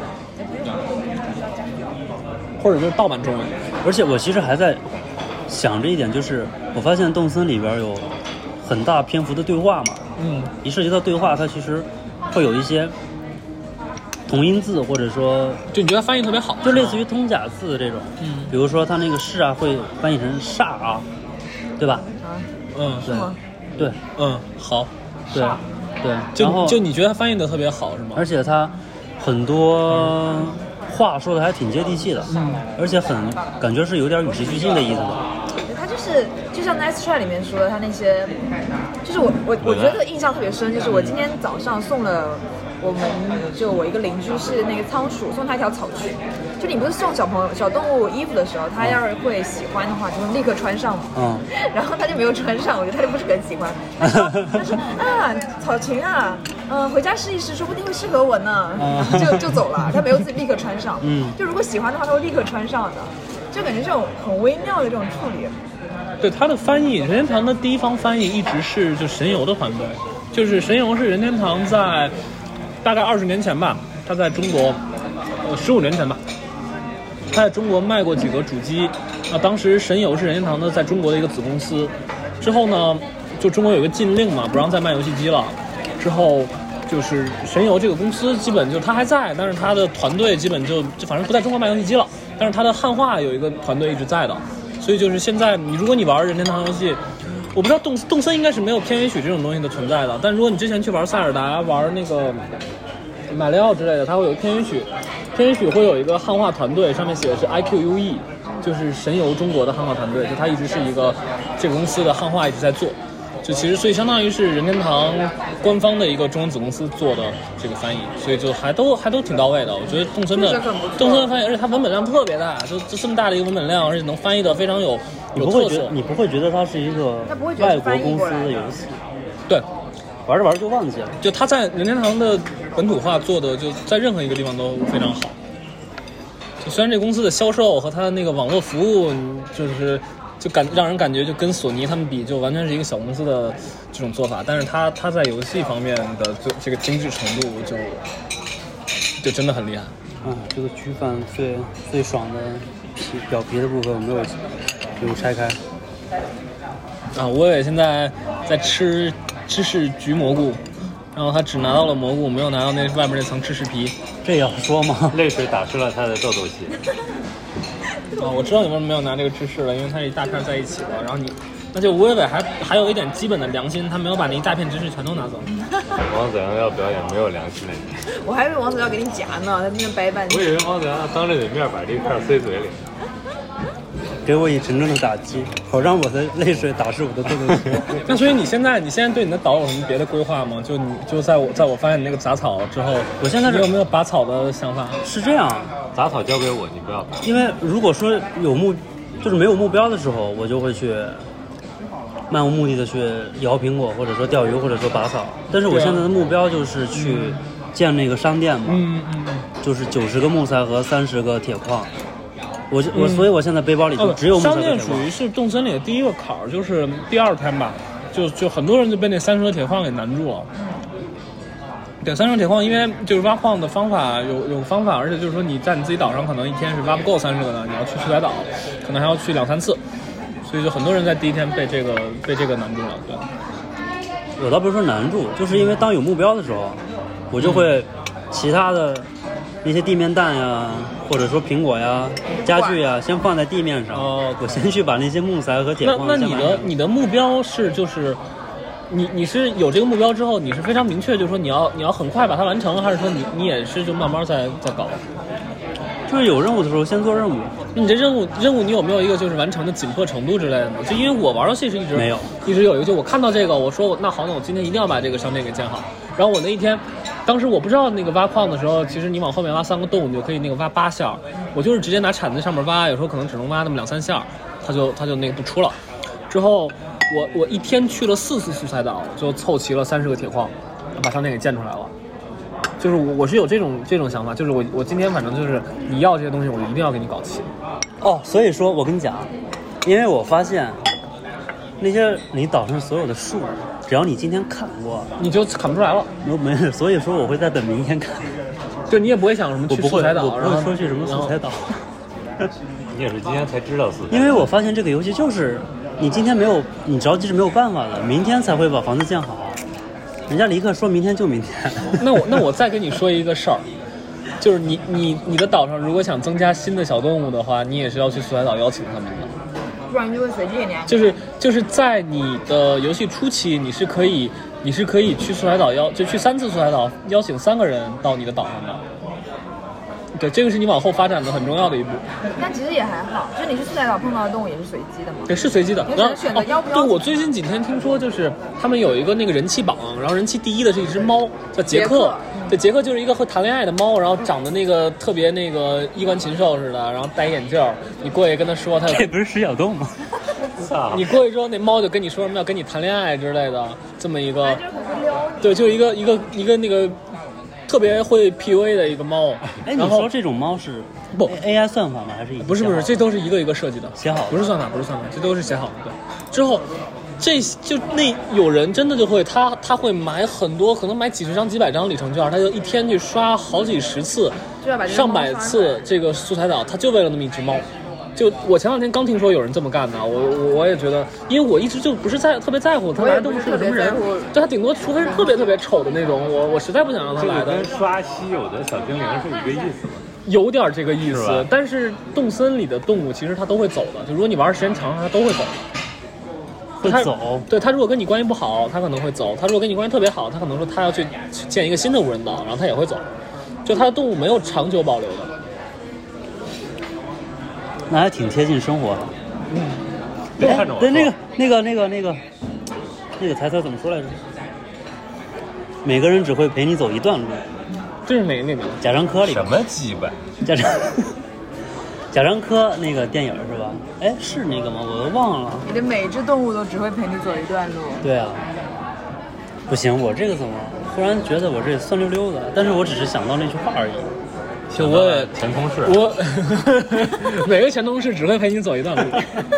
或者就是盗版中文。 而且我其实还在想着一点，就是我发现动森里边有很大篇幅的对话嘛，一涉及到对话，它其实会有一些同音字，或者说就你觉得翻译特别好， 就类似于通假字这种，比如说它那个是啊会翻译成煞啊，对吧？ 是吗？ 对， 好， 对， 就你觉得翻译的特别好是吗？ 而且它很多话说的还挺接地气的，而且很感觉是有点与时俱进的意思的。 它就像 Nice Try 里面说的，它那些就是我觉得印象特别深，就是我今天早上送了我一个邻居是那个仓鼠，送他一条草裙。就你不是送小动物衣服的时候，他要是会喜欢的话，就会立刻穿上嘛。然后他就没有穿上，我觉得他就不是很喜欢。他说啊，草裙啊，回家试一试，说不定会适合我呢。就走了，他没有自己立刻穿上。就如果喜欢的话，他会立刻穿上的。就感觉这种很微妙的这种处理。 对，他的翻译，任天堂的第一方翻译一直是就神游的团队，就是神游是任天堂在大概20年前吧，他在中国，15年前吧，他在中国卖过几个主机，当时神游是任天堂的在中国的一个子公司，之后呢，就中国有一个禁令嘛，不让再卖游戏机了，之后就是神游这个公司基本就他还在，但是他的团队基本就反正不在中国卖游戏机了，但是他的汉化有一个团队一直在的。所以就是现在如果你玩任天堂游戏，我不知道动森应该是没有片尾曲这种东西的存在的，但如果你之前去玩塞尔达，玩那个马里奥之类的，它会有片尾曲，片尾曲会有一个汉化团队，上面写的是 IQUE， 就是神游中国的汉化团队，就它一直是一个这个公司的汉化一直在做。就其实，所以相当于是任天堂官方的一个中文子公司做的这个翻译，所以就还都挺到位的。我觉得动森的翻译，而且它文本量特别大，就这么大的一个文本量，而且能翻译的非常有特色。 你不会觉得它是一个外国公司的游戏？ 对， 玩着玩着就忘记了。 就它在任天堂的本土化做的，就在任何一个地方都非常好。就虽然这公司的销售和它的那个网络服务，就让人感觉就跟索尼他们比，就完全是一个小公司的这种做法，但是它在游戏方面的这个精致程度就真的很厉害。 这个焗饭最爽的表皮的部分我没有拆开。 我也现在在吃芝士焗蘑菇，然后他只拿到了蘑菇，没有拿到那外面那层芝士皮。 这要说吗？ 泪水打湿了他的痘痘鞋。 我知道你为什么没有拿这个芝士了，因为它是一大片在一起的，然后那就吴伟伟还有一点基本的良心，他没有把那一大片芝士全都拿走。 王子阳要表演没有良心的你。 我还以为王子要给你夹呢，他那边掰半天。 我以为王子阳要当着你面把这一片塞嘴里。 给我以沉重的打击，好让我的泪水打湿我的痘痘鞋。 那所以你现在对你的岛有什么别的规划吗？就在我发现你那个杂草之后， 我现在你有没有拔草的想法？ 是这样， 杂草交给我，你不要拔。 因为如果说就是没有目标的时候，我就会去漫无目的的去摇苹果，或者说钓鱼，或者说拔草。但是我现在的目标就是去建那个商店嘛，就是90个木材和30个铁矿。所以我现在背包里就只有木材和铁矿。 商店属于是动森里的第一个坎儿，就是第2天吧，就很多人就被那30个铁矿给难住了。对，30个铁矿，因为就是挖矿的方法有方法，而且就是说你在你自己岛上可能一天是挖不够30个的，你要去素材岛，可能还要去2-3次，所以就很多人在第一天被这个难住了。对， 我倒不是说难住，就是因为当有目标的时候，我就会其他的那些地面蛋呀，或者说苹果呀、家具呀，先放在地面上。我先去把那些木材和铁矿。 那你的目标是就是你是有这个目标之后，你是非常明确，就是说你要很快把它完成，还是说你也是就慢慢在搞？ 就是有任务的时候先做任务。 你这任务你有没有一个就是完成的紧迫程度之类的呢？就因为我玩游戏是一直有一个，就我看到这个，我说那好，那我今天一定要把这个商店给建好。然后我那一天，当时我不知道那个挖矿的时候，其实你往后面挖3个洞，你就可以那个挖8下。我就是直接拿铲子上面挖，有时候可能只能挖那么2-3下，它就那个不出了。之后我一天去了4次素材岛，就凑齐了30个铁矿，把商店给建出来了。就是我是有这种想法，就是我今天反正就是你要这些东西，我就一定要给你搞齐。 所以说我跟你讲，因为我发现那些你岛上所有的树，只要你今天砍过， 你就砍不出来了。 没，所以说我会在等明天砍。 就你也不会想什么去素材岛， 我不会说去什么素材岛。 你也是今天才知道素材。 因为我发现这个游戏就是你今天你着急是没有办法的，明天才会把房子建好。人家立刻说明天就明天。 那我再跟你说一个事儿，就是你的岛上如果想增加新的小动物的话，你也是要去素材岛邀请他们的， 不然就会随机给你安排。 就是在你的游戏初期，你是可以去素材岛就去3次素材岛邀请3个人到你的岛上的。对，这个是你往后发展的很重要的一步。 那其实也还好，就是你去素材岛碰到的动物也是随机的嘛。 对，是随机的。 你只能选择要不要。 对，我最近几天听说，就是他们有一个那个人气榜，然后人气第1的是一只猫，叫杰克。对，杰克就是一个会谈恋爱的猫，然后长得那个特别那个衣冠禽兽似的，然后戴眼镜，你过去跟他说， 这不是石小洞吗？ 你过去之后，那猫就跟你说什么要跟你谈恋爱之类的，这么一个，对，就一个那个。特别会 PUA 的一个猫。 你说这种猫是不 AI 算法吗？还是不是，这都是一个一个设计的， 写好的， 不是算法，这都是写好的。对，之后有人真的就会他会买很多，可能买几十张、几百张里程券，他就一天去刷好几十次、上百次这个素材岛，他就为了那么一只猫。就我前2天刚听说有人这么干的，我也觉得，因为我一直就不是特别在乎他来的动物是个什么人，就他顶多除非是特别特别丑的那种，我实在不想让他来的。 跟刷稀有的小精灵是一个意思吗？ 有点这个意思，但是动森里的动物其实它都会走的，就如果你玩时间长，它都会走。 会走。 对，他如果跟你关系不好，他可能会走；他如果跟你关系特别好，他可能说他要去建一个新的无人岛，然后他也会走。 就它的动物没有长久保留的。 那还挺贴近生活的。 别看着我。 对，那个台词怎么说来着？每个人只会陪你走一段路。 这是哪个？ 贾樟柯里什么鸡巴？ 贾樟柯那个电影是吧？哎，是那个吗？我都忘了。 你的每一只动物都只会陪你走一段路。 对啊。不行，我这个怎么忽然觉得我这酸溜溜的？但是我只是想到那句话而已。 就我也前同事， 每个前同事只会陪你走一段路。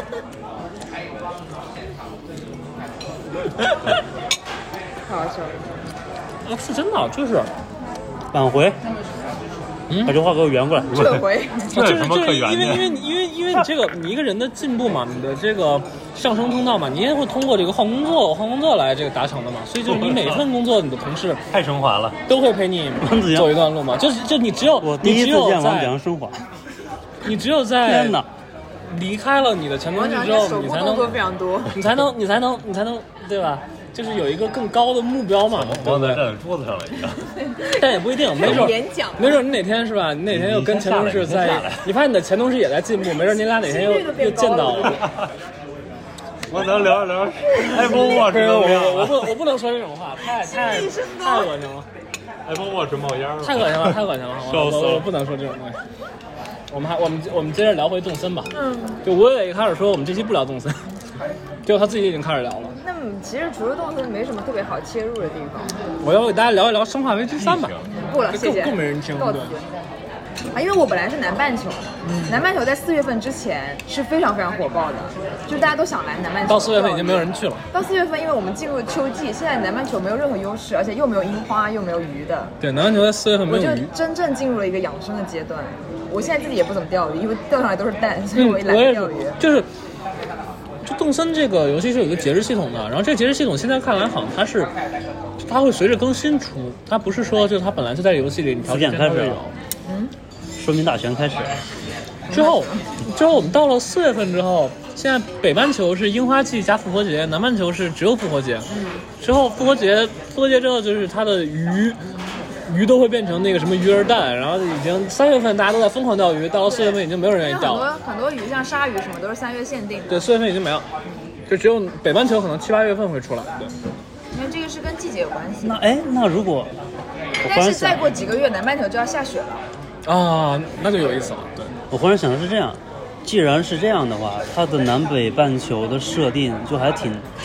好笑。 是真的，就是挽回。把这话给我圆过来。 撤回。 就是什么可圆的？ 因为你这个你一个人的进步嘛，你的这个上升通道嘛，你也会通过这个换工作来这个达成的嘛。所以就是你每一份工作，你的同事太升华了， 都会陪你走一段路嘛。就你只有我第一次见王子阳升华， 你只有在离开了你的前同事之后，你才能非常多， 你才能对吧？就是有一个更高的目标嘛。 王子站在桌子上了一样。 但也不一定，没准你哪天是吧？你哪天又跟前同事在，你发现你的前同事也在进步，没准你俩哪天又见到了。 我能聊一聊 iPhone Watch 我不能说这种话，太恶心了。 iPhone Watch 冒烟了， 太恶心了，我不能说这种东西。我们接着聊回动森吧。就我也一开始说我们这期不聊动森，结果他自己已经开始聊了。 那其实除了动森没什么特别好切入的地方。 我要给大家聊一聊《生化危机3》吧。 不了，谢谢。 更没人听。 啊，因为我本来是南半球，南半球在4月份之前是非常非常火爆的，就大家都想来南半球。 到4月份已经没有人去了。 到4月份，因为我们进入秋季，现在南半球没有任何优势，而且又没有樱花，又没有鱼的。 对，南半球在4月份没有鱼。 我就真正进入了一个养生的阶段。我现在自己也不怎么钓鱼，因为钓上来都是蛋，所以我也懒得钓鱼。 就动森这个游戏是有一个节日系统的，然后这个节日系统现在看来好像它会随着更新出，它不是说就它本来就在游戏里你条件开始有。 说明大全开始。 之后我们到了4月份之后，现在北半球是樱花季加复活节，南半球是只有复活节。之后复活节之后就是它的鱼都会变成那个什么鱼儿蛋，然后已经3月份大家都在疯狂钓鱼，到了4月份已经没有人愿意钓了。 很多鱼像鲨鱼什么都是3月限定的。 对，4月份已经没有，就只有北半球可能7、8月份会出来。对， 因为这个是跟季节有关系。 那如果， 但是再过几个月南半球就要下雪了。 啊，那就有意思了。对， 我忽然想的是这样，既然是这样的话，它的南北半球的设定就还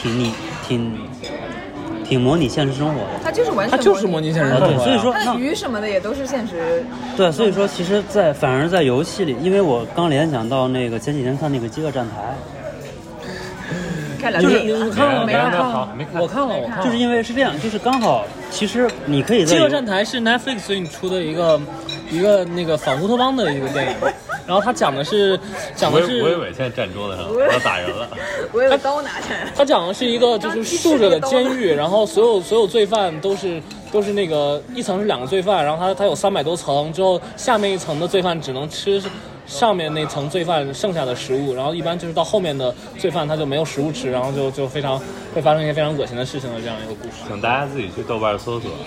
挺模拟现实生活的。 它就是完全， 它就是模拟现实生活。 对，所以说它的鱼什么的也都是现实。 对，所以说其实反而在游戏里，因为我刚联想到那个前几天看那个《饥饿站台》。 就是你看了没看？我看了。 就是因为是这样，就是刚好，其实你可以在。 饥饿站台是 Netflix 最近出的一个那个反乌托邦的一个电影，然后他讲的是伟伟现在站桌子上要打人了， 我有刀拿起来。 他讲的是一个就是竖着的监狱，然后所有罪犯都是那个一层是2个罪犯，然后它有300多层，之后下面一层的罪犯只能吃上面那层罪犯剩下的食物，然后一般就是到后面的罪犯他就没有食物吃，然后就非常会发生一些非常恶心的事情的这样一个故事。 请大家自己去豆瓣搜索。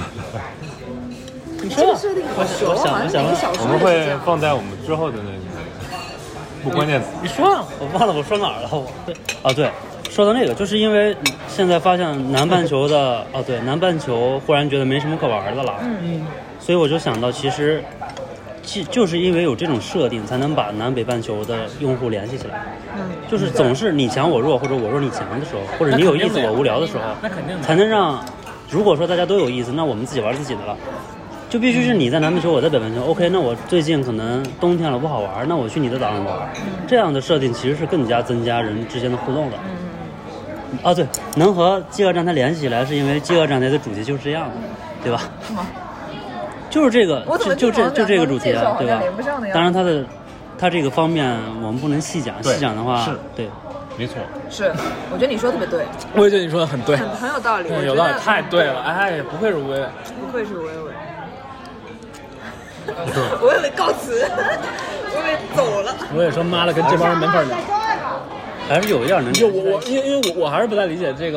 你这个设定好熟，好像哪个小说。 我们会放在我们之后的那个不关键词。 你说啊， 我忘了我说哪儿了。对，说到那个，就是因为现在发现南半球的南半球忽然觉得没什么可玩的了。所以我就想到，其实就是因为有这种设定，才能把南北半球的用户联系起来。就是总是你强我弱，或者我弱你强的时候，或者你有意思我无聊的时候， 那肯定的， 才能让，如果说大家都有意思，那我们自己玩自己的了。就必须是你在南半球，我在北半球。OK， 那我最近可能冬天了不好玩，那我去你的岛上玩。这样的设定其实是更加增加人之间的互动的。对，能和饥饿站台联系起来，是因为饥饿站台的主题就是这样的，对吧？ 是吗？ 就是这个，就这个主题啊，对吧？当然它这个方面我们不能细讲，细讲的话，对， 没错， 是，我觉得你说的特别对， 我也觉得你说的很对， 很有道理， 有道理，太对了，哎，不愧是吴伟伟， 不愧是吴伟伟，吴伟伟告辞，吴伟伟走了， 我也说妈的，跟这帮人没法聊， 还是有一点能理解。 因为我还是不太理解这个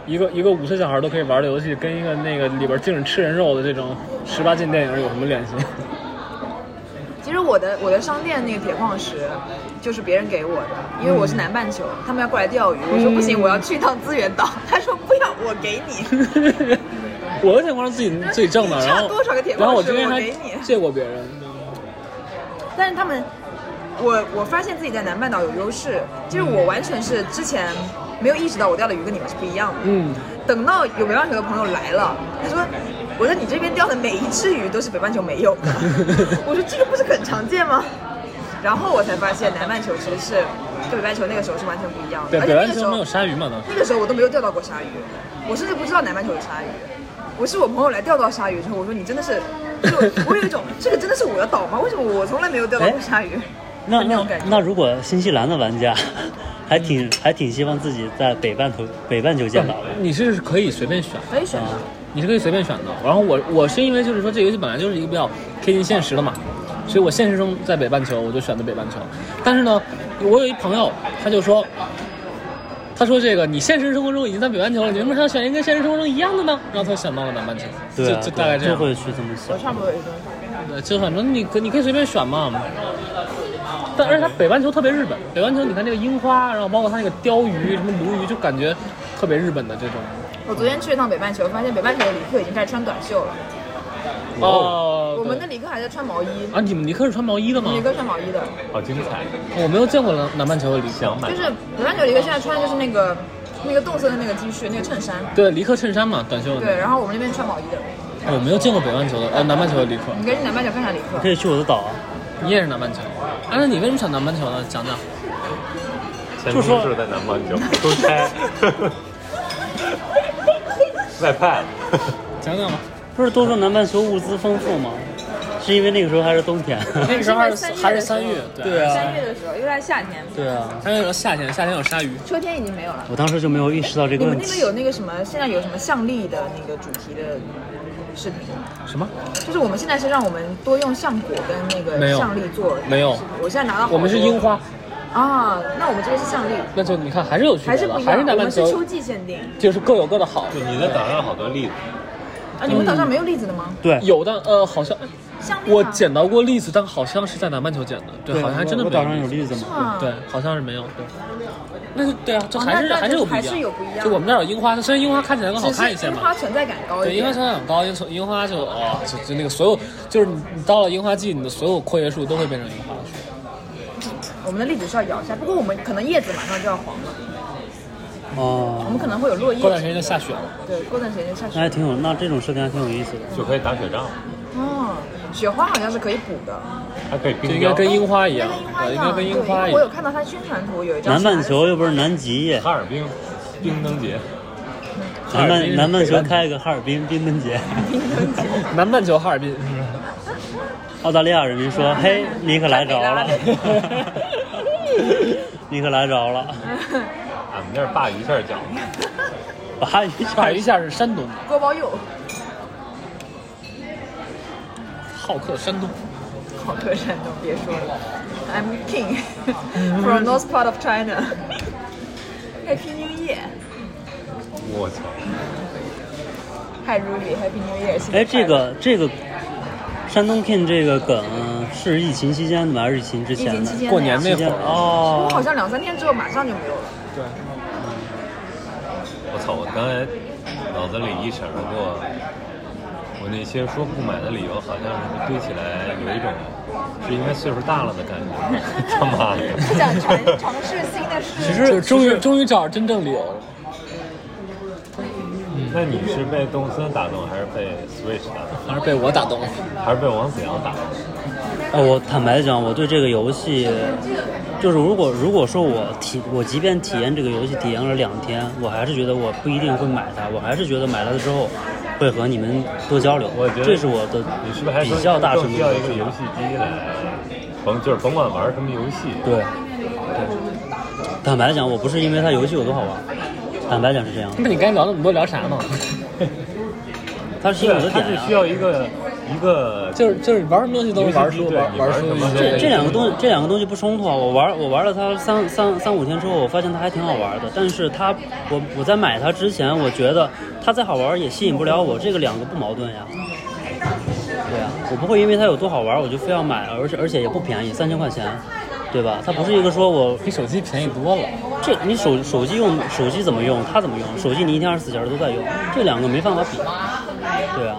一个5岁小孩都可以玩的游戏，跟一个那个里边禁止吃人肉的这种18禁电影有什么联系？ 其实我的商店那个铁矿石就是别人给我的，因为我是南半球，他们要过来钓鱼，我说不行，我要去一趟资源岛，他说不要，我给你。 我的铁矿石自己挣的，然后多少个铁然后矿石我之前还给你借过别人。 但是他们，我发现自己在南半岛有优势，就是我完全是之前没有意识到我钓的鱼跟你们是不一样的。等到有北半球的朋友来了，他说。我说你这边钓的每一只鱼都是北半球没有的，我说这个不是很常见吗？然后我才发现南半球其实是跟北半球那个时候是完全不一样的。 对，北半球没有鲨鱼嘛？ 那个时候我都没有钓到过鲨鱼，我甚至不知道南半球有鲨鱼。我是我朋友来钓到鲨鱼之后，我说你真的是，我有一种这个真的是我的岛吗？为什么我从来没有钓到过鲨鱼？ 那如果新西兰的玩家还挺希望自己在北半球见到的， 你是可以随便选， 可以选的。 你是可以随便选的。然后我是因为就是说这个游戏本来就是一个比较贴近现实的嘛，所以我现实中在北半球我就选的北半球。但是呢，我有一朋友他就说，他说这个你现实生活中已经在北半球了，你为什么要选一个现实生活中一样的呢？然后他想到了南半球， 对、啊， 就大概这样。 就会去这么想。 我差不多也这么想。 对，就反正你可以随便选嘛。但而且它北半球特别日本，北半球你看那个樱花，然后包括它那个鲷鱼、什么鲈鱼，就感觉特别日本的这种。 我昨天去一趟北半球，发现北半球的旅客已经开始穿短袖了。 哦， 我们的旅客还在穿毛衣啊！你们旅客是穿毛衣的吗？ 旅客穿毛衣的， 好精彩！ 我没有见过南半球的旅客， 就是北半球旅客现在穿的就是那个洞色的那个 T 恤，那个衬衫。 对，旅客衬衫嘛，短袖的。 对，然后我们那边穿毛衣的。 我没有见过北半球的南半球的旅客。 你可以去南半球看看旅客。 可以去我的岛啊。 你也是南半球，那你为什么选南半球呢？讲讲。 就说是在南半球出差，外派了。 讲讲吧。 不是都说南半球物资丰富吗？是因为那个时候还是冬天， 那个时候还是3月， 对啊 ，3月的时候，因为它夏天。 对啊 ，3月有夏天有鲨鱼， 秋天已经没有了。 我当时就没有意识到这个问题。 你们那边有那个什么？现在有什么象力的那个主题的视频？ 什么？ 就是我们现在是让我们多用橡果跟那个象力做。 没有。 我现在拿到。 我们是樱花。 啊，那我们这边是象力。 那就你看还是有区别的，还是南半球。 我们是秋季限定。 就是各有各的好。 对，你的岛上有好多栗子。 啊，你们岛上没有栗子的吗？ 对， 有的，好像我捡到过栗子，但好像是在南半球捡的。对，好像还真的没有。 我岛上有栗子吗？ 对，好像是没有。对，那就对啊，这还是有不一样。 还是有不一样。 就我们那儿有樱花，虽然樱花看起来更好看一些嘛。 樱花存在感高一点。 对，樱花存在感高，樱花就就那个所有，就是你到了樱花季，你的所有阔叶树都会变成樱花树。 我们的栗子是要咬一下，不过我们可能叶子马上就要黄了。 哦， 我们可能会有落叶。 过段时间就下雪了。 对，过段时间就下雪。 那还挺有，那这种设定还挺有意思的， 就可以打雪仗。 哦，雪花好像是可以补的， 还可以冰雕， 应该跟樱花一样， 应该跟樱花一样。我有看到它宣传图有一张。 南半球又不是南极， 哈尔滨冰灯节。 南半球开一个哈尔滨冰灯节。 冰灯节。 南半球哈尔滨。 澳大利亚人民说：“嘿，你可来着了，你可来着了。” 俺们那儿鲅鱼馅饺子， 鲅鱼馅是山东的， 锅包肉。 好客山东， 好客山东，别说了 ，I'm king from north part of China. Happy New Year！ 我操 ！Hi Ruby，Happy New Year！ 哎，这个山东 king 这个梗是疫情期间的吗？还是疫情之前的？ 疫情期间过年那会儿哦。 我好像2-3天之后马上就没有了。 对。 我操！我刚才脑子里一闪而过，我那些说不买的理由，好像是堆起来有一种是因为岁数大了的感觉。他妈的！ 是想尝试新的事。 其实终于找着真正理由了。 那你是被动森打动，还是被 Switch 打动？ 还是被我打动？ 还是被王子阳打动？ 我坦白讲，我对这个游戏，就是如果说我即便体验这个游戏体验了2天，我还是觉得我不一定会买它，我还是觉得买了之后会和你们多交流。 我觉得这是我的比较大程度需要一个游戏机来，甭管玩什么游戏。 对。坦白讲，我不是因为它游戏有多好玩，坦白讲是这样。 那你刚才聊那么多聊啥呢？ 它是我的点， 它是需要一个一个就是玩什么游戏都是玩书这两个东西不冲突啊。我玩了它三五天之后，我发现它还挺好玩的。但是我在买它之前，我觉得它再好玩也吸引不了我，这个两个不矛盾呀。对啊，我不会因为它有多好玩我就非要买，而且也不便宜，3000块钱，对吧？它不是一个说我比手机便宜多了。 这你手机怎么用，它怎么用？手机你一天24小时都在用，这两个没办法比。对啊，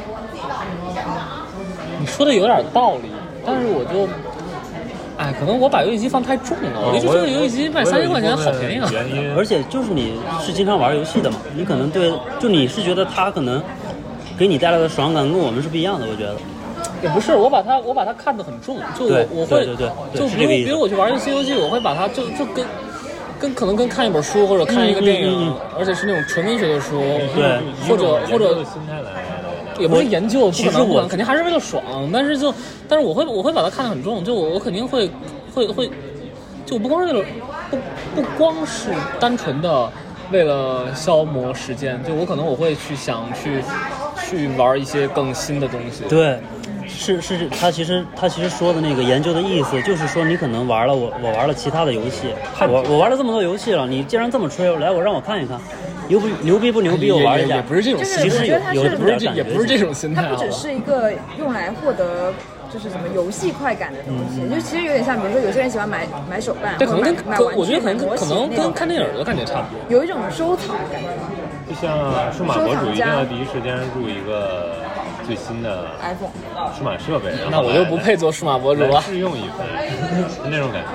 你说的有点道理，但是我就，可能我把游戏机放太重了。我一直觉得游戏机卖3000块钱好便宜啊。 而且就是你是经常玩游戏的嘛，你可能就你是觉得它可能给你带来的爽感跟我们是不一样的，我觉得。 也不是，我把它看得很重，就我会对， 就比如我去玩一个新游戏，我会把它就跟可能跟看一本书或者看一个电影，而且是那种纯文学的书， 对， 或者心态来。 也不是研究， 其实我肯定还是为了爽，但是我会把它看得很重，就我肯定会，就不光是为了不光是单纯的为了消磨时间，就我可能我会想去玩一些更新的东西。 对，是他其实说的那个研究的意思，就是说你可能玩了我玩了其他的游戏，我玩了这么多游戏了，你既然这么吹，让我看一看。牛逼不牛逼？我玩一下， 也不是这种， 其实有也不是这种心态。 它不只是一个用来获得就是什么游戏快感的东西，就其实有点像，比如说有些人喜欢买手办， 对，可能买玩具， 我觉得可能跟看电影的感觉差不多， 有一种收藏感觉。 就像数码博主一定要第一时间入一个最新的 iPhone 数码设备， 那我就不配做数码博主了， 试用一份那种感觉。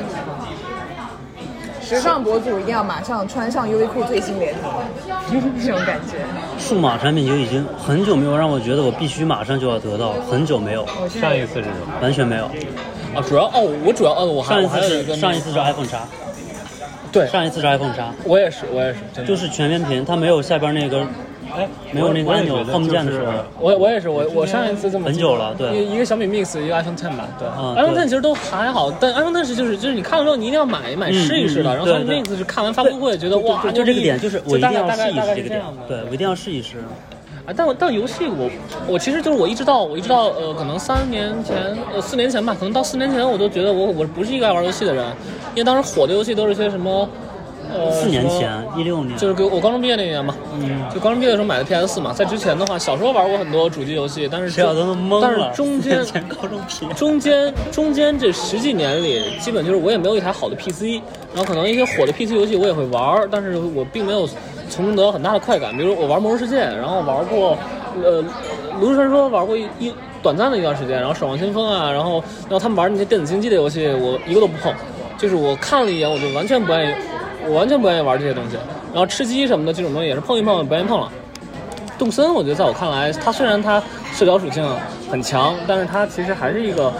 时尚博主一定要马上穿上优衣库最新联合，这种感觉。 数码产品就已经很久没有让我觉得我必须马上就要得到，很久没有。 上一次是什么？ 完全没有。 我上一次是 iPhone X。 对， 上一次是 iPhone X。我也是， 就是全面屏，它没有下边那个。没有那个按钮 Home 键的时候， 我也是，我上一次这么很久了，对， 一个小米 Mix， 一个 iPhone X 吧，对，iPhone X 其实都还好，但 iPhone X 就是你看了之后你一定要买试一试的，然后小米 Mix 是看完发布会觉得哇， 就这个点，就是我一定要试一试这个点， 对，我一定要试一试。 但游戏我其实就是我一直到可能4年前吧，可能到4年前我都觉得我不是一个爱玩游戏的人，因为当时火的游戏都是些什么。 4年前，16年， 就是我高中毕业那年嘛，就高中毕业的时候买的 PS4嘛，在之前的话，小时候玩过很多主机游戏，但是中间这10几年里，基本就是我也没有一台好的 PC， 然后可能一些火的 PC 游戏我也会玩，但是我并没有从中得到很大的快感。比如我玩《魔兽世界》，然后玩过炉石传说，玩过短暂的一段时间，然后守望先锋啊，然后他们玩那些电子竞技的游戏，我一个都不碰，就是我看了一眼我就完全不愿意玩这些东西，然后吃鸡什么的这种东西也是碰一碰不愿意碰了。动森我觉得在我看来，它虽然它社交属性很强，但是它其实还是一个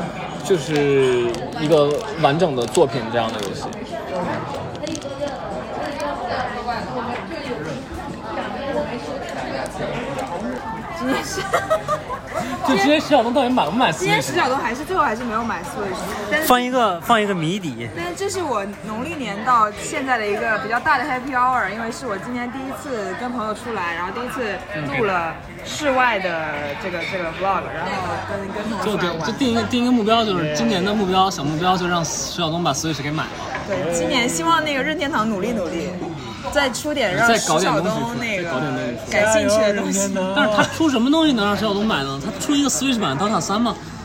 完整的作品这样的游戏。 今天是就今天石晓东到底买不买 Switch？ 今天石晓东最后还是没有买 Switch， 但是放一个谜底。 但是这是我农历年到现在的一个比较大的 Happy Hour， 因为是我今年第一次跟朋友出来，然后第一次录了室外的这个 vlog， 然后跟朋友出来玩。 就定一个目标，就是今年的小目标就让石晓东把 Switch 给买了。 对，今年希望那个任天堂努力，再出点让石晓东那个感兴趣的东西。 但是他出什么东西能让石晓东买呢？他出一个 Switch 版的 Dota 3吗？